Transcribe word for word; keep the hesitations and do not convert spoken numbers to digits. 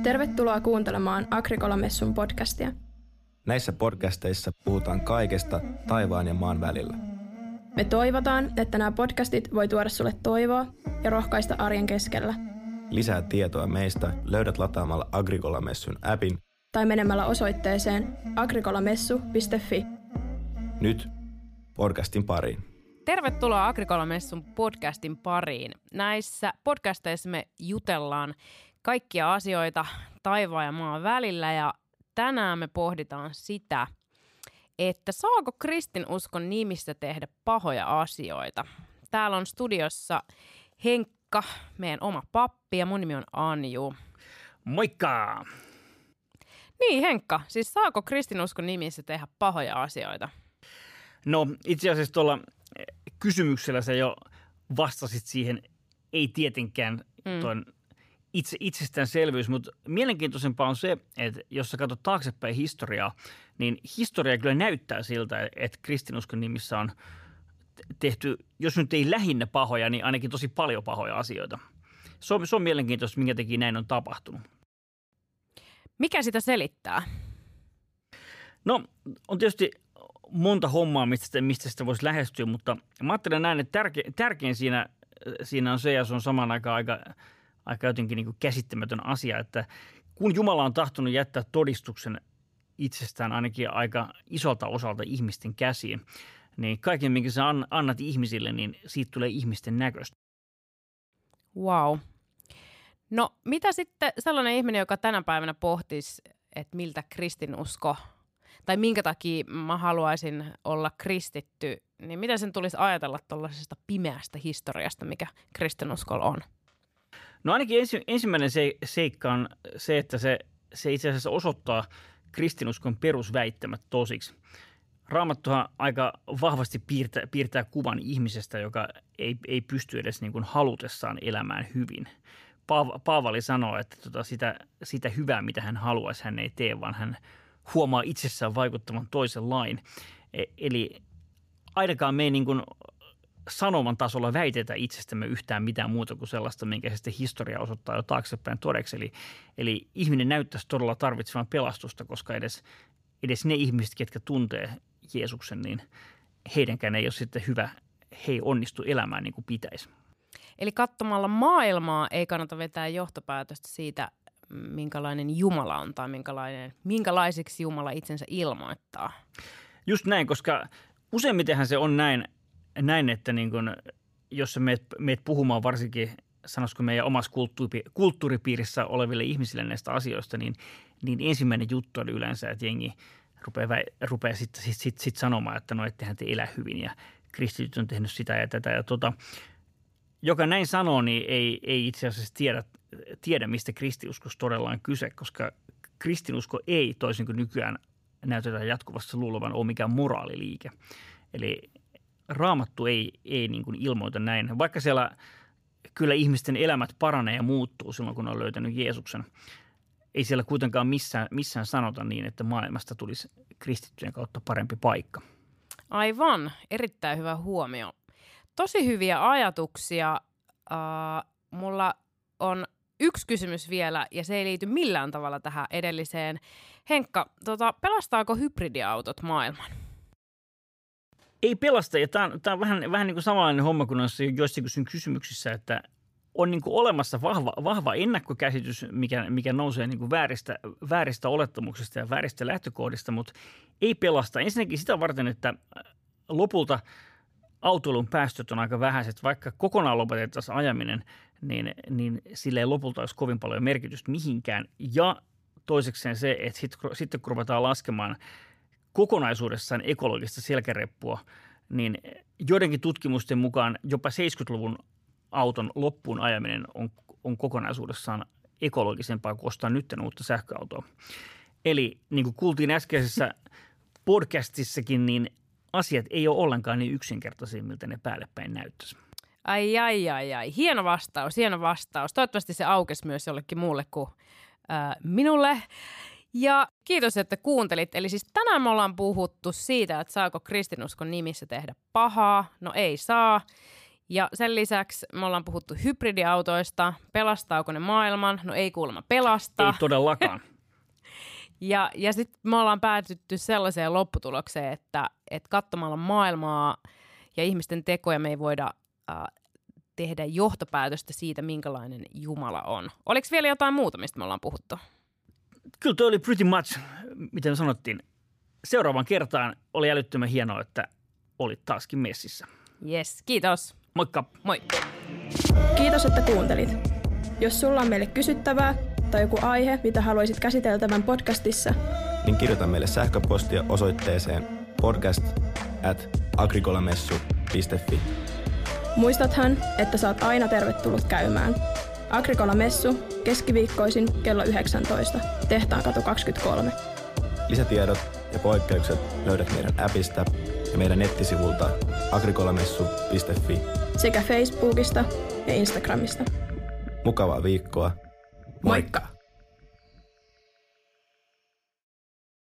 Tervetuloa kuuntelemaan Agrikola-messun podcastia. Näissä podcasteissa puhutaan kaikesta taivaan ja maan välillä. Me toivotaan, että nämä podcastit voi tuoda sulle toivoa ja rohkaista arjen keskellä. Lisää tietoa meistä löydät lataamalla Agrikola-messun appin tai menemällä osoitteeseen agrikolamessu piste fi. Nyt podcastin pariin. Tervetuloa Agrikola-messun podcastin pariin. Näissä podcasteissa me jutellaan kaikkia asioita taivaan ja maan välillä ja tänään me pohditaan sitä, että saako kristinuskon nimissä tehdä pahoja asioita. Täällä on studiossa Henkka, meidän oma pappi, ja mun nimi on Anju. Moikka! Niin Henkka, siis saako kristinuskon nimissä tehdä pahoja asioita? No itse asiassa tuolla kysymyksellä sä jo vastasit siihen, ei tietenkään mm. tuon itse, itsestäänselvyys, mutta mielenkiintoisempaa on se, että jos sä katsot taaksepäin historiaa, niin historia kyllä näyttää siltä, että kristinuskon nimissä on tehty, jos nyt ei lähinnä pahoja, niin ainakin tosi paljon pahoja asioita. Se on, se on mielenkiintoista, minkä takia näin on tapahtunut. Mikä sitä selittää? No on tietysti monta hommaa, mistä, mistä sitä voisi lähestyä, mutta mä ajattelen näin, että tärke, tärkein siinä, siinä on se, ja se on samaan aikaan aika, aika jotenkin niin kuin käsittämätön asia, että kun Jumala on tahtonut jättää todistuksen itsestään ainakin aika isolta osalta ihmisten käsiin, niin kaiken, minkä sä annat ihmisille, niin siitä tulee ihmisten näköistä. Wow. No mitä sitten sellainen ihminen, joka tänä päivänä pohtisi, että miltä kristinusko tai minkä takia mä haluaisin olla kristitty, niin mitä sen tulisi ajatella tuollaisesta pimeästä historiasta, mikä kristinuskolla on? No ainakin ensi, ensimmäinen se, seikka on se, että se, se itse asiassa osoittaa kristinuskon perusväittämät tosiksi. Raamattuhan aika vahvasti piirtää, piirtää kuvan ihmisestä, joka ei, ei pysty edes niin kuin halutessaan elämään hyvin. Paav- Paavali sanoo, että tota sitä, sitä hyvää, mitä hän haluaisi, hän ei tee, vaan hän huomaa itsessään vaikuttavan toisen lain. E- eli ainakaan me ei niin kuin sanoman tasolla väitetä itsestämme yhtään mitään muuta kuin sellaista, minkä se sitten historia osoittaa jo taaksepäin todeksi. Eli, eli ihminen näyttäisi todella tarvitsevan pelastusta, koska edes, edes ne ihmiset, ketkä tuntee Jeesuksen, niin heidänkään ei ole sitten hyvä, he ei onnistu elämään niin kuin pitäisi. Eli katsomalla maailmaa ei kannata vetää johtopäätöstä siitä, minkälainen Jumala on tai minkälainen, minkälaisiksi Jumala itsensä ilmoittaa. Just näin, koska useimmitenhän se on näin, näin että niin kun, jos sä meet, meet puhumaan varsinkin, sanoisiko meidän omassa kulttuuri, kulttuuripiirissä oleville ihmisille näistä asioista, niin, niin ensimmäinen juttu oli yleensä, että jengi rupeaa, rupeaa sitten sit, sit, sit sanomaan, että no ettehän te elä hyvin ja kristityt on tehnyt sitä ja tätä ja tota. Joka näin sanoo, niin ei, ei itse asiassa tiedä, tiedä, mistä kristinuskossa todella on kyse, koska kristinusko ei, toisin kuin nykyään näytetään jatkuvasti luulevan, ole mikään moraaliliike. Eli Raamattu ei, ei niin kuin ilmoita näin, vaikka siellä kyllä ihmisten elämät paranee ja muuttuu silloin, kun on löytänyt Jeesuksen. Ei siellä kuitenkaan missään, missään sanota niin, että maailmasta tulisi kristittyjen kautta parempi paikka. Aivan, erittäin hyvä huomio. Tosi hyviä ajatuksia. Uh, mulla on yksi kysymys vielä, ja se ei liity millään tavalla tähän edelliseen. Henkka, tota, pelastaako hybridiautot maailman? Ei pelasta, ja tämä on, tämä on vähän, vähän niin kuin samanlainen homma kuin noissa joissakin kysymyksissä, että on niin kuin olemassa vahva, vahva ennakkokäsitys, mikä, mikä nousee niin kuin vääristä, vääristä olettamuksista ja vääristä lähtökohdista, mutta ei pelasta. Ensinnäkin sitä varten, että lopulta autoilun päästöt on aika vähäiset, vaikka kokonaan lopetettaisiin ajaminen, niin, niin sillä ei lopulta olisi kovin paljon merkitystä mihinkään. Ja toisekseen se, että sit, sitten kun ruvetaan laskemaan kokonaisuudessaan ekologista selkäreppua, niin joidenkin tutkimusten mukaan jopa seitsemänkymmentäluvun auton loppuun ajaminen on, on kokonaisuudessaan ekologisempaa kuin ostaa nyt uutta sähköautoa. Eli niin kuin kuultiin äskeisessä podcastissakin, niin asiat ei ole ollenkaan niin yksinkertaisia, miltä ne päälle päin näyttäisi. Ai, ai, ai, ai. Hieno vastaus, hieno vastaus. Toivottavasti se aukesi myös jollekin muulle kuin äh, minulle. Ja kiitos, että kuuntelit. Eli siis tänään me ollaan puhuttu siitä, että saako kristinuskon nimissä tehdä pahaa. No ei saa. Ja sen lisäksi me ollaan puhuttu hybridiautoista, pelastaako ne maailman? No ei kuulemma pelasta. Ei todellakaan. ja ja sitten me ollaan päätytty sellaiseen lopputulokseen, että, että katsomalla maailmaa ja ihmisten tekoja me ei voida äh, tehdä johtopäätöstä siitä, minkälainen Jumala on. Oliko vielä jotain muuta, mistä me ollaan puhuttu? Kyllä toi oli pretty much, miten sanottiin. Seuraavaan kertaan oli älyttömän hienoa, että olit taaskin messissä. Yes, kiitos. Moikka. Moi. Kiitos, että kuuntelit. Jos sulla on meille kysyttävää tai joku aihe, mitä haluaisit käsiteltävän podcastissa, niin kirjoita meille sähköpostia osoitteeseen podcast at agrikolamessu piste fi. muistathan, että saat aina tervetullut käymään. Agrikola-messu keskiviikkoisin kello yhdeksäntoista, Tehtaankatu kaksikymmentäkolme. Lisätiedot ja poikkeukset löydät meidän appista ja meidän nettisivulta agrikolamessu piste fi. Sekä Facebookista ja Instagramista. Mukavaa viikkoa. Moikka!